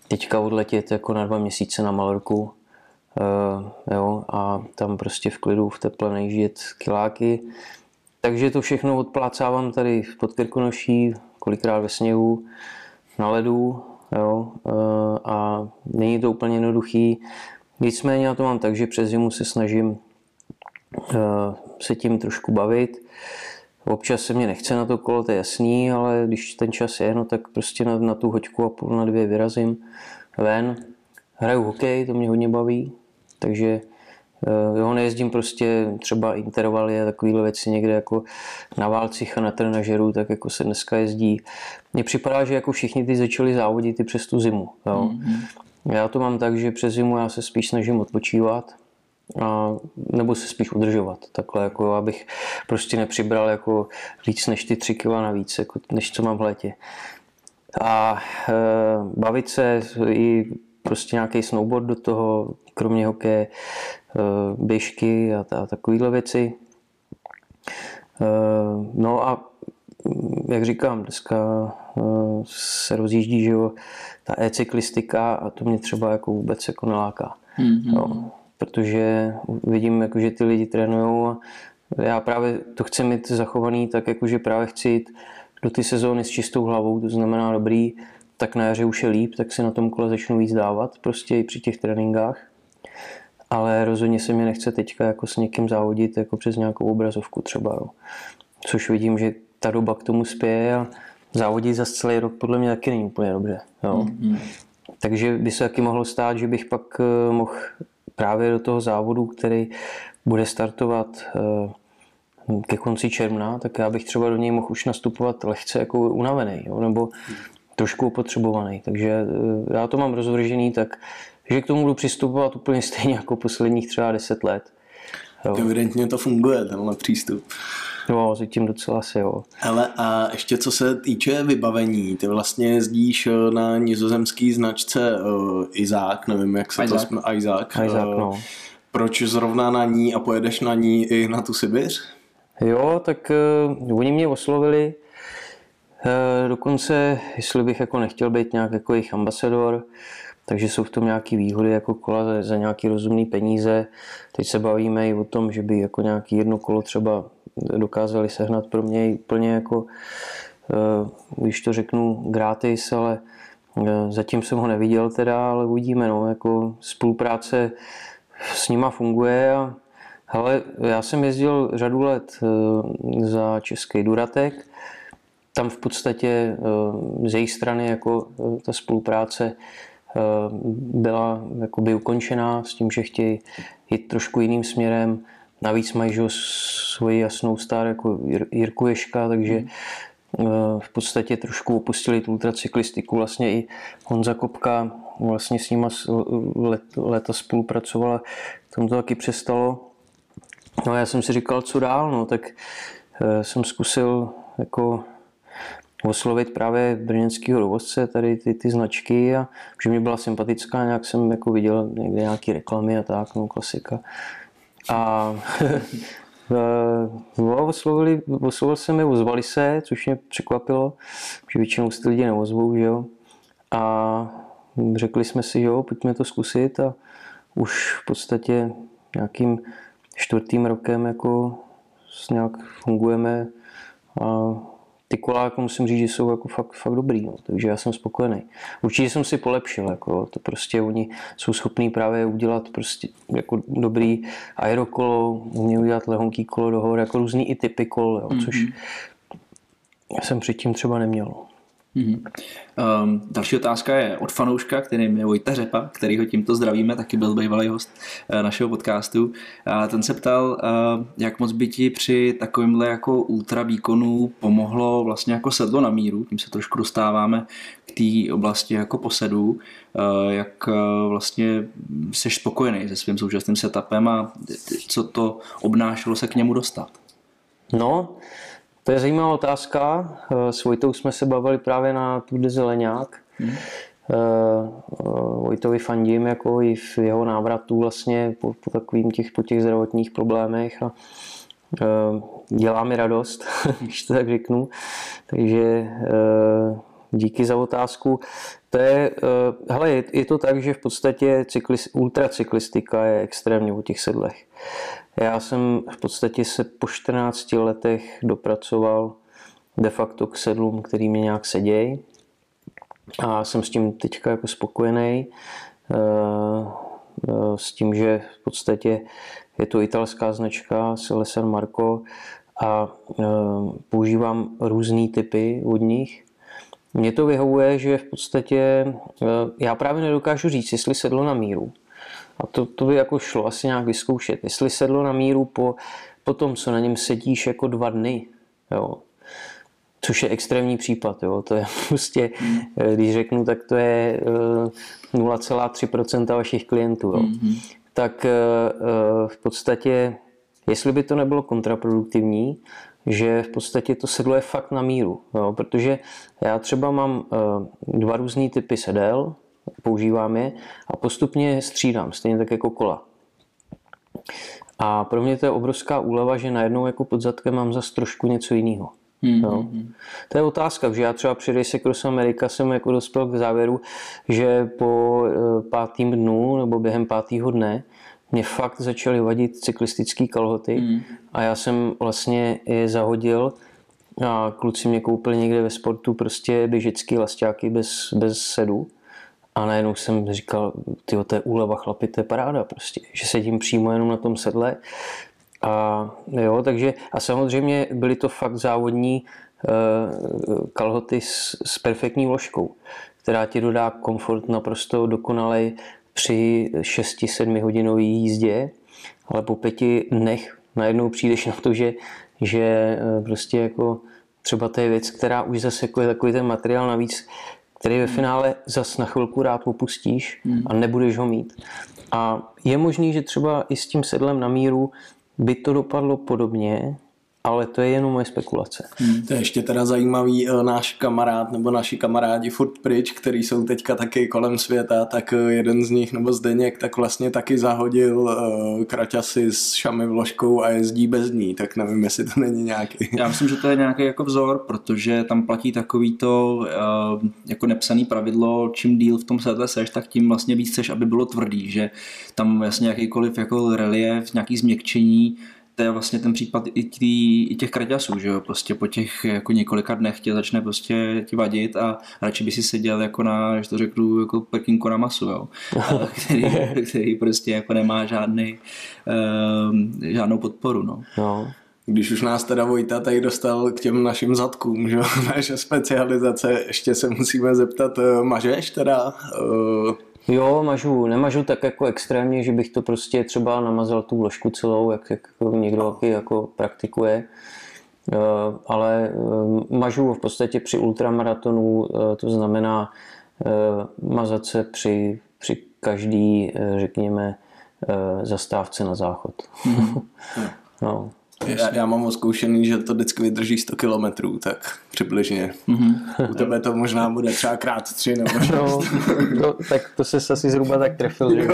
teďka odletět jako na dva měsíce na Malorku, uh, jo, a tam prostě v klidu, v teple najíždět kiláky. Takže to všechno odplácávám tady v Podkrkonoší, kolikrát ve sněhu, na ledu, jo, uh, a není to úplně jednoduchý. Nicméně já to mám tak, že přes zimu se snažím uh, se tím trošku bavit. Občas se mě nechce na to kolo, to je jasný, ale když ten čas je, no tak prostě na, na tu hoďku a půl na dvě vyrazím ven. Hraju hokej, to mě hodně baví, takže jo, nejezdím prostě třeba intervaly a takovýhle věci někde jako na válcích a na trenažeru, tak jako se dneska jezdí. Mně připadá, že jako všichni ty začali závodit i přes tu zimu. Jo. Mm-hmm. Já to mám tak, že přes zimu já se spíš snažím odpočívat, a, nebo se spíš udržovat. Takhle, jako abych prostě nepřibral jako víc než ty tři kila navíc, jako, než co mám v létě. A e, bavit se i prostě nějaký snowboard do toho, kromě hokeje, e, běžky a, a takovéhle věci. E, no a jak říkám, dneska e, se rozjíždí, že jo, ta e-cyklistika a to mě třeba jako vůbec jako neláká. Mm-hmm. Jo. Protože vidím, jako, že ty lidi trénujou a já právě to chci mít zachovaný tak, jako, že právě chci jít do ty sezóny s čistou hlavou, to znamená dobrý, tak na jaře už je líp, tak si na tom kole začnu víc dávat, prostě i při těch tréninkách. Ale rozhodně se mě nechce teďka jako s někým závodit jako přes nějakou obrazovku třeba, jo. Což vidím, že ta doba k tomu spěje a závodit za celý rok podle mě taky není úplně dobře, jo. Mm-hmm. Takže by se taky mohlo stát, že bych pak mohl právě do toho závodu, který bude startovat ke konci června, tak já bych třeba do něj mohl už nastupovat lehce jako unavený, jo, nebo trošku opotřebovaný. Takže já to mám rozvržený tak, že k tomu budu přistupovat úplně stejně jako posledních třeba deset let. Jo. Evidentně to funguje, tenhle přístup. Jo, zatím docela si, jo. Hele, a ještě co se týče vybavení, ty vlastně jezdíš na nizozemský značce uh, Isaac, nevím, jak se Isaac. to jmenuje, Isaac. Isaac, uh, no. Proč zrovna na ní a pojedeš na ní i na tu Sibiř? Jo, tak uh, oni mě oslovili, uh, dokonce, jestli bych jako nechtěl být nějak jako jejich ambasador, takže jsou v tom nějaké výhody jako kola za, za nějaké rozumné peníze. Teď se bavíme i o tom, že by jako nějaké jedno kolo třeba dokázali sehnat pro mě úplně jako, když to řeknu, gratis, ale zatím jsem ho neviděl teda, ale uvidíme, no, jako spolupráce s nima funguje a hele, já jsem jezdil řadu let za český Duratek, tam v podstatě z jejich strany jako ta spolupráce byla jakoby ukončená s tím, že chtějí jít trošku jiným směrem. Navíc mají že, svoji jasnou star jako Jirku Ježka, takže v podstatě trošku opustili tu ultracyklistiku. Vlastně i Honza Kopka vlastně s nima let, leta spolupracovala, tam to taky přestalo. No a já jsem si říkal, co dál, no tak jsem zkusil jako oslovit právě brněnského dovozce, tady ty, ty značky a že mě byla sympatická, nějak jsem jako viděl někde nějaký reklamy a tak, no klasika. A no, oslovili, oslovil jsem je, ozvali se, což mě překvapilo, že většinou se ty lidi neozvou, že jo. A řekli jsme si, jo, pojďme to zkusit a už v podstatě nějakým čtvrtým rokem jako nějak fungujeme a ty kola, jako musím říct, že jsou jako fakt, fakt dobrý, no. Takže já jsem spokojený. Určitě jsem si polepšil, jako to prostě oni jsou schopní právě udělat prostě jako dobrý aerokolo, umí udělat lehonký kolo do hor, jako různý i typy kol, jo, což mm-hmm. jsem předtím třeba neměl. Mm-hmm. Um, další otázka je od fanouška, kterým je Vojta Řepa, kterýho tímto zdravíme, taky byl bývalý host uh, našeho podcastu. A ten se ptal, uh, jak moc by ti při takovémhle jako ultra výkonu pomohlo vlastně jako sedlo na míru, tím se trošku dostáváme k té oblasti jako posedů, uh, jak uh, vlastně jsi spokojený se svým současným setupem a co to obnášelo se k němu dostat? No, to je zajímavá otázka. S Vojtou jsme se bavili právě na Tour de Zeleňák. Hmm. Vojtovi fandím jako i v jeho návratu vlastně po, po takovým těch, po těch zdravotních problémech a dělá mi radost, když to tak řeknu. Takže díky za otázku. To je, hele, je, je to tak, že v podstatě cyklist, ultracyklistika je extrémně o těch sedlech. Já jsem v podstatě se po čtrnácti letech dopracoval de facto k sedlům, který mě nějak sedějí. A jsem s tím teďka jako spokojený. S tím, že v podstatě je to italská značka Selle San Marco a používám různý typy od nich. Mně to vyhovuje, že v podstatě já právě nedokážu říct, jestli sedlo na míru. A to, to by jako šlo asi nějak vyzkoušet. Jestli sedlo na míru po, po tom, co na něm sedíš jako dva dny, jo. Což je extrémní případ, jo. To je prostě, mm. když řeknu, tak to je nula celá tři procenta vašich klientů, jo. Mm-hmm. Tak v podstatě, jestli by to nebylo kontraproduktivní, že v podstatě to sedlo je fakt na míru, jo. Protože já třeba mám dva různý typy sedel, používám je a postupně střídám, stejně tak jako kola. A pro mě to je obrovská úleva, že najednou jako pod zadkem mám zase trošku něco jiného. Mm-hmm. To je otázka, že já třeba při Race Across America jsem jako dospěl k závěru, že po pátým dnu nebo během pátého dne mě fakt začaly vadit cyklistické kalhoty mm. a já jsem vlastně je zahodil a kluci mě koupili někde ve sportu prostě běžecký lasťáky bez, bez sedu. A najednou jsem říkal, tyjo, to je úleva, chlapi, to je paráda prostě, že sedím přímo jenom na tom sedle. A jo, takže a samozřejmě byly to fakt závodní uh, kalhoty s, s perfektní vložkou, která ti dodá komfort naprosto dokonalej při šesti sedmi hodinové jízdě, ale po pěti dnech najednou přijdeš na to, že, že uh, prostě jako třeba to je věc, která už zase jako je takový ten materiál navíc, který ve finále zas na chvilku rád opustíš a nebudeš ho mít. A je možný, že třeba i s tím sedlem na míru by to dopadlo podobně, ale to je jenom moje spekulace. Hmm. To je ještě teda zajímavý, náš kamarád nebo naši kamarádi furt pryč, který jsou teďka taky kolem světa, tak jeden z nich, nebo Zdeněk, tak vlastně taky zahodil uh, kraťasy s šami vložkou a jezdí bez ní, tak nevím, jestli to není nějaký. Já myslím, že to je nějaký jako vzor, protože tam platí takový to uh, jako nepsaný pravidlo, čím díl v tom sedle seš, tak tím vlastně víc seš, aby bylo tvrdý, že tam jasně jakýkoliv jako relief, nějaký změkčení. To je vlastně ten případ i, tý, i těch kraťasů, že jo, prostě po těch jako několika dnech tě začne prostě ti vadit a radši by si seděl jako na, že to řeknu, jako pekínko na masu, jo, který, který prostě jako nemá žádný, um, žádnou podporu, no. no. Když už nás teda Vojta tady dostal k těm našim zadkům, že naše specializace, ještě se musíme zeptat, mažeš teda? Uh... Jo, mažu, nemažu tak jako extrémně, že bych to prostě třeba namazal tu vložku celou, jak, jak někdo taky jako praktikuje, ale mažu v podstatě při ultramaratonu, to znamená mazat se při, při každý, řekněme, zastávce na záchod. Mm. no. Já, já mám oskoušený, že to vždycky vydrží sto kilometrů, tak přibližně. Mm-hmm. U tebe to možná bude třeba krát tři nebo šest. No, to, tak to se asi zhruba tak trefil. Že?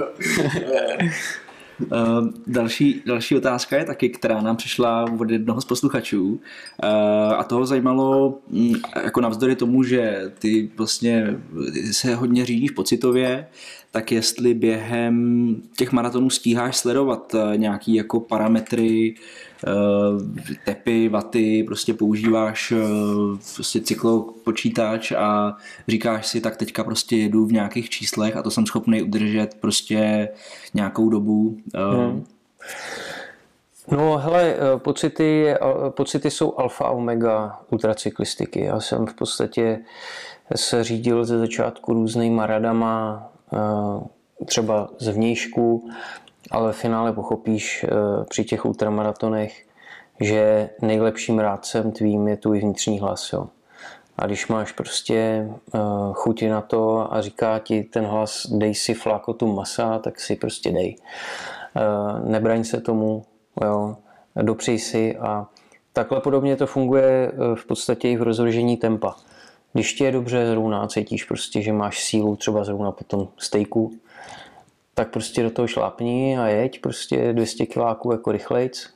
Uh, další, další otázka je taky, která nám přišla od jednoho z posluchačů uh, a toho zajímalo, jako navzdory tomu, že ty vlastně se hodně řídíš pocitově, tak jestli během těch maratonů stíháš sledovat nějaký jako parametry, tepy, vaty, prostě používáš prostě cyklopočítač a říkáš si, tak teďka prostě jedu v nějakých číslech a to jsem schopný udržet prostě nějakou dobu. Hmm. No hele, pocity, pocity jsou alfa a omega ultracyklistiky. Já jsem v podstatě se řídil ze začátku různýma radama, třeba z vnějšku, ale v finále pochopíš při těch ultramaratonech, že nejlepším rádcem tvým je tvůj vnitřní hlas. Jo. A když máš prostě chuti na to a říká ti ten hlas, dej si flákotu masa, tak si prostě dej. Nebraň se tomu, jo. Dopřij si a takhle podobně to funguje v podstatě i v rozvržení tempa. Když ti je dobře zrovna, cítíš prostě, že máš sílu třeba zrovna po tom stejku, tak prostě do toho šlápni a jeď prostě dvě stě kiláků jako rychlejc.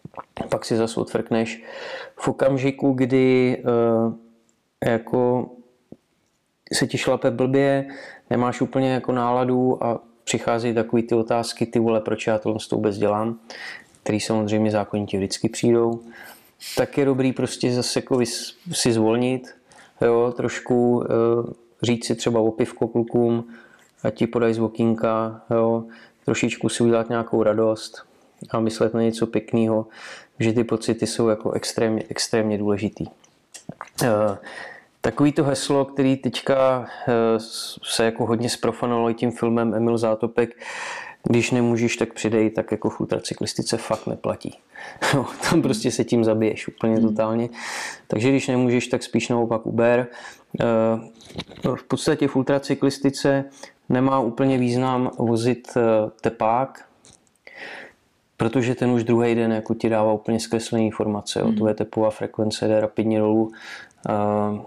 Pak si zase odfrkneš v okamžiku, kdy uh, jako se ti šlape blbě, nemáš úplně jako náladu a přichází takový ty otázky, ty vole, proč já tohle s tou vůbec dělám, který samozřejmě zákonitě vždycky přijdou, tak je dobrý prostě zase jako si zvolnit, jo, trošku uh, říct si třeba o pivko klukům, ať ti podají z okýnka, jo, trošičku si udělat nějakou radost a myslet na něco pěkného, že ty pocity jsou jako extrémně, extrémně důležitý. Uh, Takový to heslo, který teďka uh, se jako hodně zprofanovalo tím filmem Emil Zátopek, když nemůžeš, tak přidej, tak jako v ultracyklistice fakt neplatí. No, tam prostě se tím zabiješ úplně totálně. Takže když nemůžeš, tak spíš naopak uber. Uh, v podstatě v ultracyklistice nemá úplně význam vozit uh, tepák, protože ten už druhý den jako ti dává úplně zkreslené informace. Mm. Tvoje tepová frekvence jde rapidně dolů. Uh,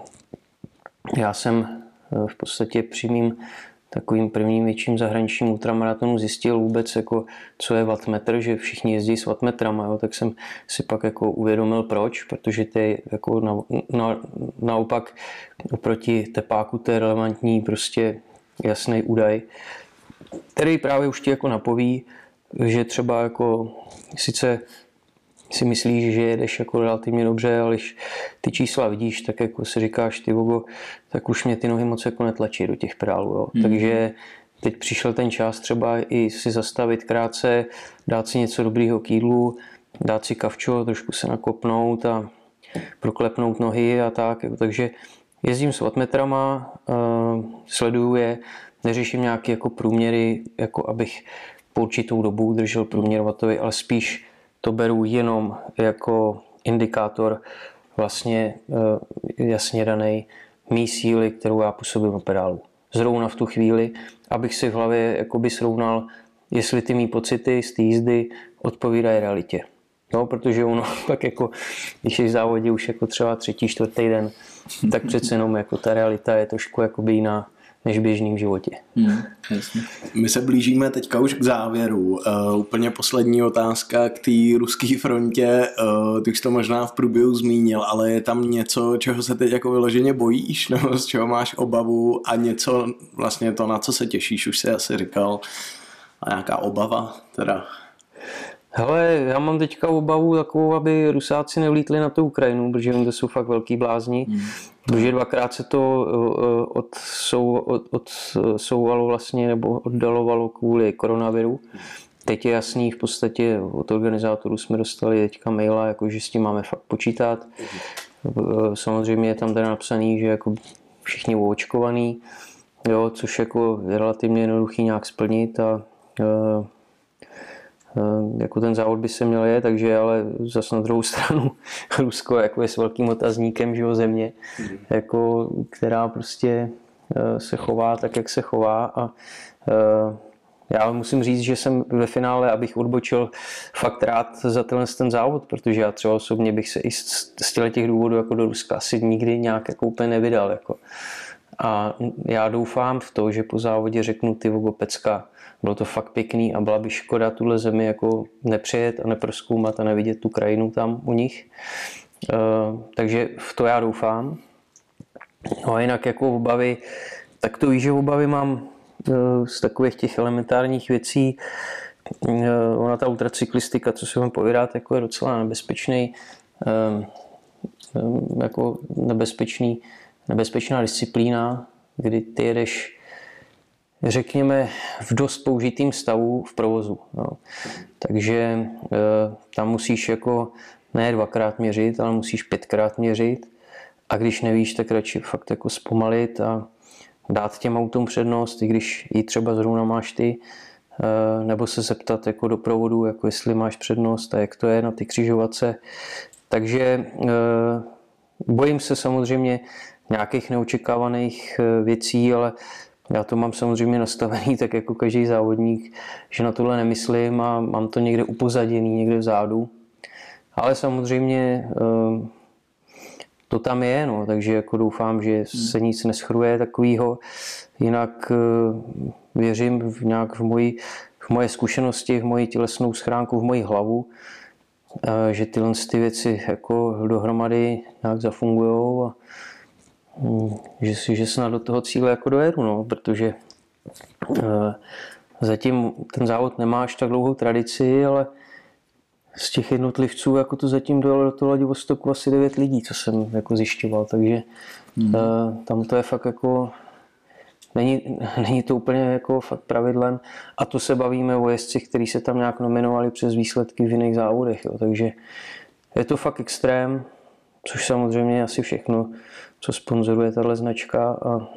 já jsem uh, v podstatě při mým takovým prvním větším zahraničním ultramaratonu zjistil vůbec, jako, co je wattmetr, že všichni jezdí s wattmetrama, jo? Tak jsem si pak jako uvědomil proč, protože to je jako na, na, naopak oproti tepáku to je relevantní prostě jasný údaj, který právě už ti jako napoví, že třeba jako sice si myslíš, že jedeš jako relativně dobře, ale když ty čísla vidíš, tak jako si říkáš, ty vogo, tak už mě ty nohy moc jako netlačí do těch pedálů. Jo. Mm. Takže teď přišel ten čas třeba i si zastavit krátce, dát si něco dobrýho k jídlu, dát si kavčo, trošku se nakopnout a proklepnout nohy a tak. Takže jezdím s wattmetrama, sleduju je, neřeším nějaké jako průměry, jako abych po určitou dobu držel průměr wattový, ale spíš to beru jenom jako indikátor vlastně jasně danej mý síly, kterou já působím na pedálu. Zrovna v tu chvíli, abych si v hlavě jakoby srovnal, jestli ty mý pocity z té jízdy odpovídají realitě. No, protože ono pak jako, když je v závodě už jako třeba třetí, čtvrtý den, tak přece jenom jako ta realita je trošku jakoby jiná než v běžném životě. Hmm, jasně. My se blížíme teďka už k závěru. Uh, úplně poslední otázka k té ruské frontě. Uh, ty už to možná v průběhu zmínil, ale je tam něco, čeho se teď jako vyloženě bojíš, nebo z čeho máš obavu a něco vlastně to, na co se těšíš, už si asi říkal, a nějaká obava teda? Hele, já mám teďka obavu takovou, aby Rusáci nevlítli na tu Ukrajinu, protože oni to jsou fakt velký blázni. Hmm. Protože dvakrát se to odsou, od, odsouvalo vlastně, nebo oddalovalo kvůli koronaviru. Teď je jasný, v podstatě od organizátorů jsme dostali teďka maila, jako, že s tím máme fakt počítat. Samozřejmě je tam teda napsaný, že jako všichni oočkovaný, jo, což jako je relativně jednoduchý nějak splnit a jako ten závod by se měl je, takže ale zase na druhou stranu Rusko jako je s velkým otazníkem, že jo, země, jako, která prostě se chová tak, jak se chová a já musím říct, že jsem ve finále, abych odbočil, fakt rád za tenhle ten závod, protože já třeba osobně bych se i z těch důvodů jako do Ruska asi nikdy nějak jako úplně nevydal. Jako. A já doufám v to, že po závodě řeknu, ty vogo, pecka, bylo to fakt pěkný a byla by škoda tuhle zemi jako nepřejet a neprozkoumat a nevidět tu krajinu tam u nich. Uh, takže v to já doufám. No a jinak jako obavy, tak to víš, že obavy mám uh, z takových těch elementárních věcí. Uh, ona ta ultracyklistika, co si vám povídat, jako je docela nebezpečný, um, um, jako nebezpečný, nebezpečná disciplína, kdy ty jedeš řekněme v dost použitým stavu v provozu. No. Takže e, tam musíš jako ne dvakrát měřit, ale musíš pětkrát měřit a když nevíš, tak radši fakt jako zpomalit a dát těm autům přednost, i když ji třeba zrovna máš ty, e, nebo se zeptat jako do provodu, jako jestli máš přednost a jak to je na ty křižovatce. Takže e, bojím se samozřejmě nějakých neočekávaných věcí, ale já to mám samozřejmě nastavený tak jako každý závodník, že na tohle nemyslím a mám to někde upozaděný, někde vzadu. Ale samozřejmě to tam je, no, takže jako doufám, že se nic neschruje takového. Jinak věřím v nějak v, moji, v moje zkušenosti, v moji tělesnou schránku, v moji hlavu, že tyhle ty věci jako dohromady nějak zafungujou a že, si, že snad do toho cíle jako dojedu, no, protože uh, zatím ten závod nemá až tak dlouhou tradici, ale z těch jednotlivců jako to zatím dojelo do toho Vladivostoku asi devět lidí, co jsem jako zjišťoval, takže hmm. uh, tam to je fakt jako Není, není to úplně jako fakt pravidlem a to se bavíme o jezdcích, kteří se tam nějak nominovali přes výsledky v jiných závodech. Jo. Takže je to fakt extrém, což samozřejmě je asi všechno, co sponzoruje tahle značka a, a,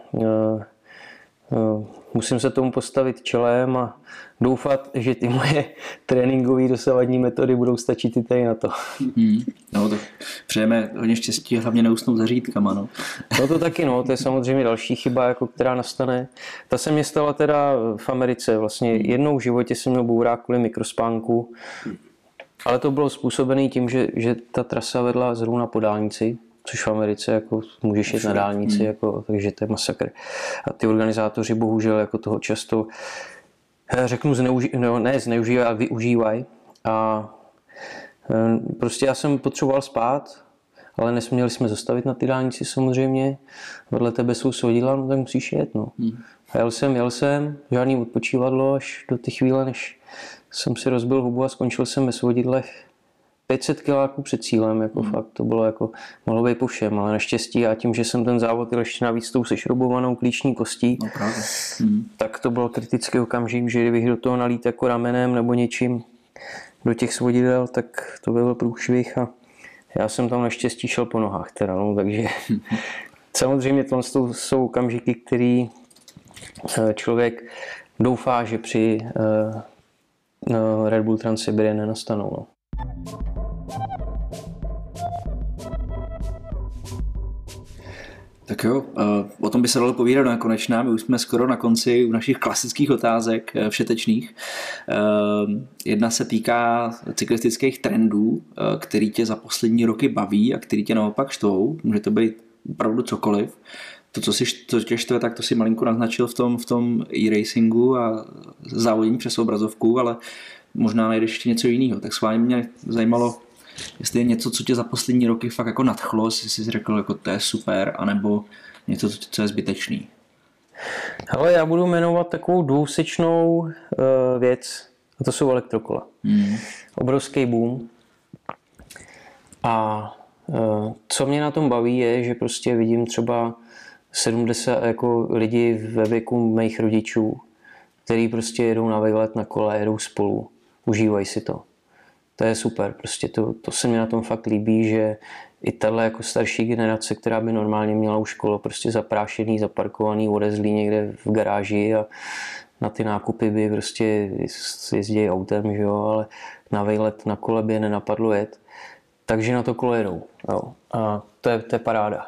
a musím se tomu postavit čelem a doufat, že ty moje tréninkové dosavadní metody budou stačit i tady na to. Hmm. No tak přejeme hodně štěstí, hlavně neusnout za řídkama. No. no to taky, no, to je samozřejmě další chyba, jako, která nastane. Ta se mě stala teda v Americe. Vlastně jednou v životě jsem měl bourák kvůli mikrospánku, ale to bylo způsobené tím, že, že ta trasa vedla zrovna po dálnici, což v Americe jako můžeš jít na dálnici, hmm. jako, takže to je masakr. A ty organizátoři bohužel jako toho často řeknu zneuži, no, ne zneužívají, ale využívají. A prostě já jsem potřeboval spát, ale nesměli jsme zastavit na ty dálnici samozřejmě. Vedle tebe jsou svodidla, no tak musíš jet. No. Hmm. A jel jsem, jel jsem, žádný odpočívadlo až do té chvíle, než jsem si rozbil hubu a skončil jsem ve svodidlech pět set kiláků před cílem, jako hmm. fakt, to bylo jako, mohlo být po všem, ale naštěstí a tím, že jsem ten závod jel ještě navíc tou sešrobovanou klíční kostí, no, hmm. tak to byl kritický okamžik, že kdybych do toho nalít jako ramenem nebo něčím do těch svodidel, tak to byl průšvih a já jsem tam naštěstí šel po nohách teda, no, takže samozřejmě to jsou okamžiky, který člověk doufá, že při uh, Red Bull Trans-Sibirien nenastanou. No. Tak jo, o tom by se dalo povídat nakonečná. My už jsme skoro na konci u našich klasických otázek všetečných. Jedna se týká cyklistických trendů, který tě za poslední roky baví a který tě naopak štvou. Může to být opravdu cokoliv. To, co si to tě štve, tak to si malinko naznačil v tom, v tom e-racingu a závodění přes obrazovku, ale možná najdeš ještě něco jiného. Tak s vámi mě zajímalo, jestli je něco, co tě za poslední roky fakt jako nadchlo, jestli jsi řekl, jako to je super, anebo něco, co je zbytečný. Ale já budu jmenovat takovou dvousečnou uh, věc, a to jsou elektrokola. Hmm. Obrovský boom. A uh, co mě na tom baví je, že prostě vidím třeba sedmdesát jako lidi ve věku mých rodičů, který prostě jedou na výlet na kole, jedou spolu, užívají si to. To je super, prostě to, to se mi na tom fakt líbí, že i tahle jako starší generace, která by normálně měla už kolo prostě zaprášený, zaparkovaný, odezlý někde v garáži a na ty nákupy by prostě jezdí autem, že jo, ale na výlet na kole by je nenapadlo jet, takže na to kolo jedou, jo. A to je, to je paráda.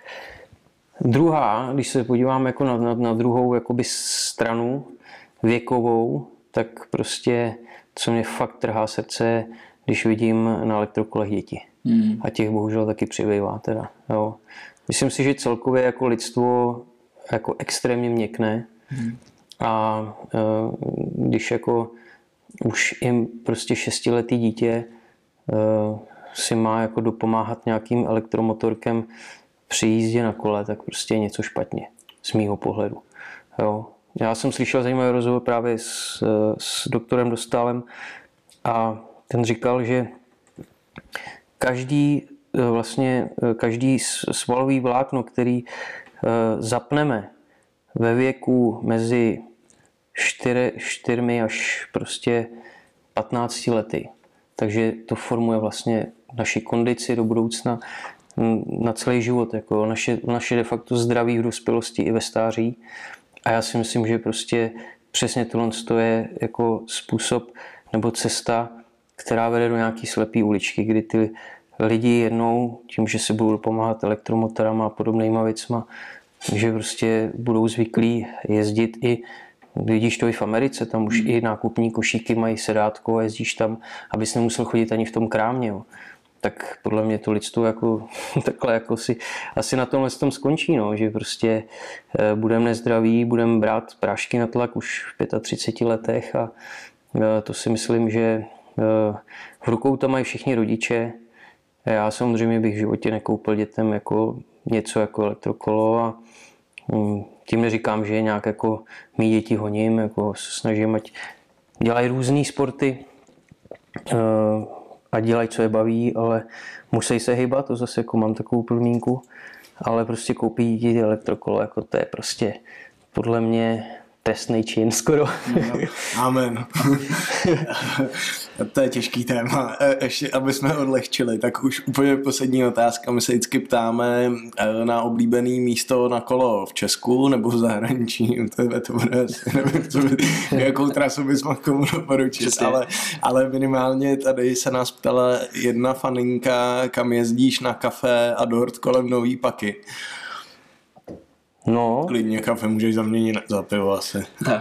Druhá, když se podívám jako na, na, na druhou jakoby stranu věkovou, tak prostě co mě fakt trhá srdce, když vidím na elektrokolech děti. Hmm. A těch bohužel taky přibývá teda. Jo. Myslím si, že celkově jako lidstvo jako extrémně měkne hmm. a e, když jako už jim prostě šestiletý dítě e, si má jako dopomáhat nějakým elektromotorkem při jízdě na kole, tak prostě je něco špatně z mýho pohledu. Jo. Já jsem slyšel zajímavý rozhovor právě s, s doktorem Dostálem a ten říkal, že každý vlastně každý svalový vlákno, který zapneme ve věku mezi čtyřmi až prostě patnácti lety, takže to formuje vlastně naši kondici do budoucna na celý život, jako naše, naše de facto zdraví v dospělosti i ve stáří. A já si myslím, že prostě přesně tohle je jako způsob nebo cesta, která vede do nějaký slepý uličky, kdy ty lidi jednou, tím, že se budou pomáhat elektromotorama a podobnýma věcma, že prostě budou zvyklí jezdit i, vidíš to i v Americe, tam už i nákupní košíky mají sedátko a jezdíš tam, abys nemusel chodit ani v tom krámě. Jo. Tak podle mě to lidstvo jako, takhle jako si asi na tomhle tom skončí, no, že prostě e, budeme nezdraví, budeme brát prášky na tlak už v třiceti pěti letech a e, to si myslím, že e, v rukou to mají všichni rodiče. Já samozřejmě bych v životě nekoupil dětem jako něco jako elektrokolo a tím neříkám, že nějak jako mý děti honím, jako se snažím, ať dělají různý sporty a dělají, co je baví, ale musí se hýbat, to zase jako mám takovou podmínku, ale prostě koupí děti elektrokolo, jako to je prostě podle mě trestný čin skoro. No, amen. To je těžký téma. Ještě, aby jsme odlehčili, tak už úplně poslední otázka. My se vždycky ptáme na oblíbený místo na kolo v Česku nebo v zahraničí. To, to bude asi, nevím, co by, jakou trasu bys mohl komu doporučit. Ale, ale minimálně tady se nás ptala jedna faninka, kam jezdíš na kafe a dort kolem Nový Paky. No. Klidně kafe můžeš zaměnit za pivo asi.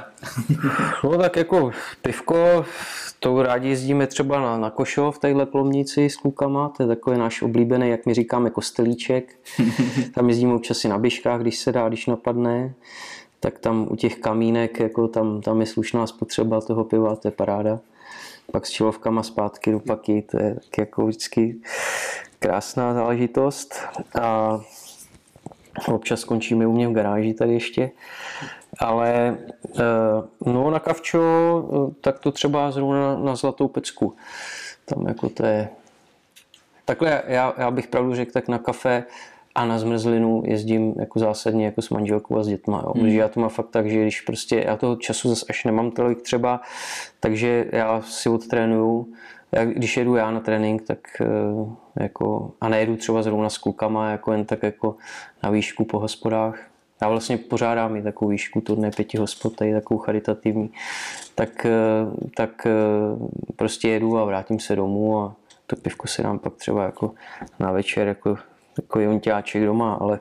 No tak jako pivko, to rádi jezdíme třeba na, na Košov, tadyhle Klomnici s klukama, to je takový náš oblíbený, jak my říkáme, kostelíček. Tam jezdíme občas i na běžkách, když se dá, když napadne. Tak tam u těch kamínek, jako tam, tam je slušná spotřeba toho piva, to je paráda. Pak s čilovkama zpátky do Paky, to je tak jako vždycky krásná záležitost. A občas skončíme u mě v garáži tady ještě, ale no na kavčo, tak to třeba zrovna na Zlatou Pecku. Tam jako to je... Takhle já, já bych pravdu řekl, tak na kafe a na zmrzlinu jezdím jako zásadně jako s manželkou a s dětma. Jo. Hmm. Protože já to mám fakt tak, že když prostě já toho času zase až nemám tolik třeba, takže já si odtrénuju. Já, když jedu já na trénink, tak jako, a nejedu třeba zrovna s klukama, jako jen tak jako na výšku po hospodách. Já vlastně pořádám i takovou výšku turné pěti hospod, tady takovou charitativní. Tak, tak prostě jedu a vrátím se domů a to pivko si dám pak třeba jako na večer, jako takový jonťáček doma, ale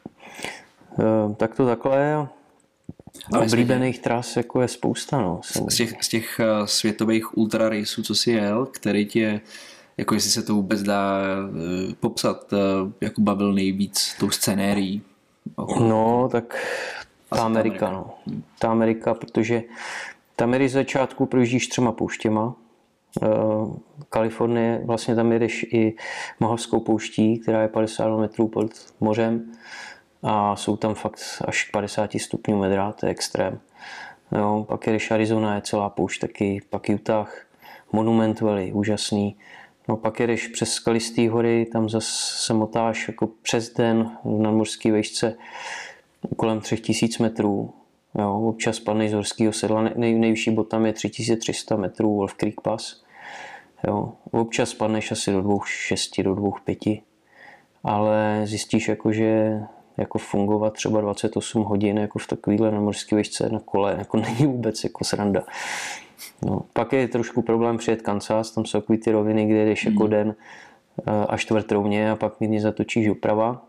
tak to takhle. Ale oblíbených tras jako je spousta. No. Z těch, z těch světových ultra raceů, co jsi jel, který tě, jako jestli se to vůbec dá popsat, jako bavil nejvíc tou scenérií? No, tak ta Amerika, no. Ta Amerika, protože tam jedeš z začátku, projíždíš třema pouštěma. Kalifornie, vlastně tam jedeš i Mohavskou pouští, která je padesát kilometrů pod mořem. A jsou tam fakt až k padesáti stupňů medra, to je extrém. Jo, pak jedeš Arizona, je celá poušť taky, pak Utah, Monument Valley, úžasný. No, pak jedeš přes skalistý hory, tam zase se motáš jako přes den v nadmořské výšce kolem tři tisíce metrů. Jo, občas padneš z horského sedla, nej, nejvyšší bod tam je tři tisíce tři sta metrů, Wolf Creek Pass. Jo, občas padneš asi do dvou šesti, do dvou pěti, ale zjistíš, jako, že jako fungovat třeba dvacet osm hodin jako v takovéhle nadmořské výšce na kole jako není vůbec jako sranda. No, pak je trošku problém přijet Kansas, tam jsou takový ty roviny, kde jdeš jako den a čtvrt rovně a pak mě zatočíš doprava.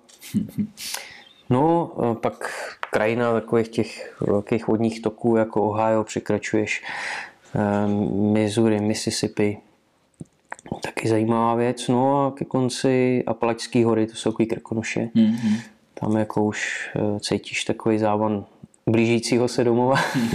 No, pak krajina takových těch velkých vodních toků jako Ohio, překračuješ Missouri, Mississippi. Taky zajímavá věc. No a ke konci Apalačské hory, to jsou takový Krkonoše. Mm-hmm. Tam jako už cítíš takový závan blížícího se domova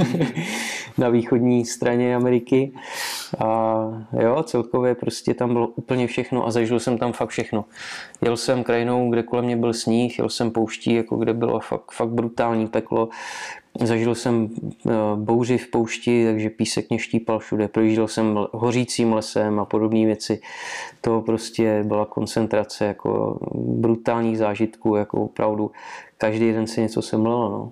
na východní straně Ameriky. A jo, celkově prostě tam bylo úplně všechno a zažil jsem tam fakt všechno. Jel jsem krajinou, kde kolem mě byl sníh, jel jsem pouští, jako kde bylo fakt, fakt brutální peklo. Zažil jsem bouři v poušti, takže písek mě štípal všude. Projížděl jsem hořícím lesem a podobné věci. To prostě byla koncentrace jako brutálních zážitků, jako opravdu každý den se něco semlelo. No.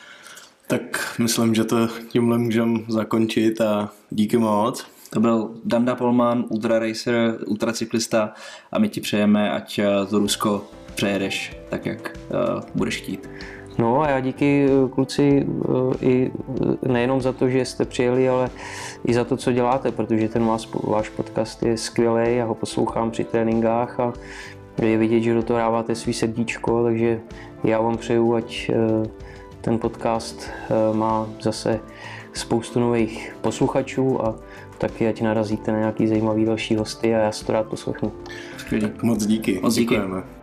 Tak myslím, že to tímhle můžeme zakončit a díky moc. To byl Danda Polman, ultra racer, ultracyklista a my ti přejeme, ať to Rusko přejedeš tak, jak uh, budeš chtít. No a já díky kluci i nejenom za to, že jste přijeli, ale i za to, co děláte, protože ten váš, váš podcast je skvělý, já ho poslouchám při tréninkách a je vidět, že do toho dáváte svý srdíčko, takže já vám přeju, ať ten podcast má zase spoustu nových posluchačů a taky ať narazíte na nějaký zajímavý další hosty a já si to rád poslechnu. Tak moc díky. Moc díky. Děkujeme.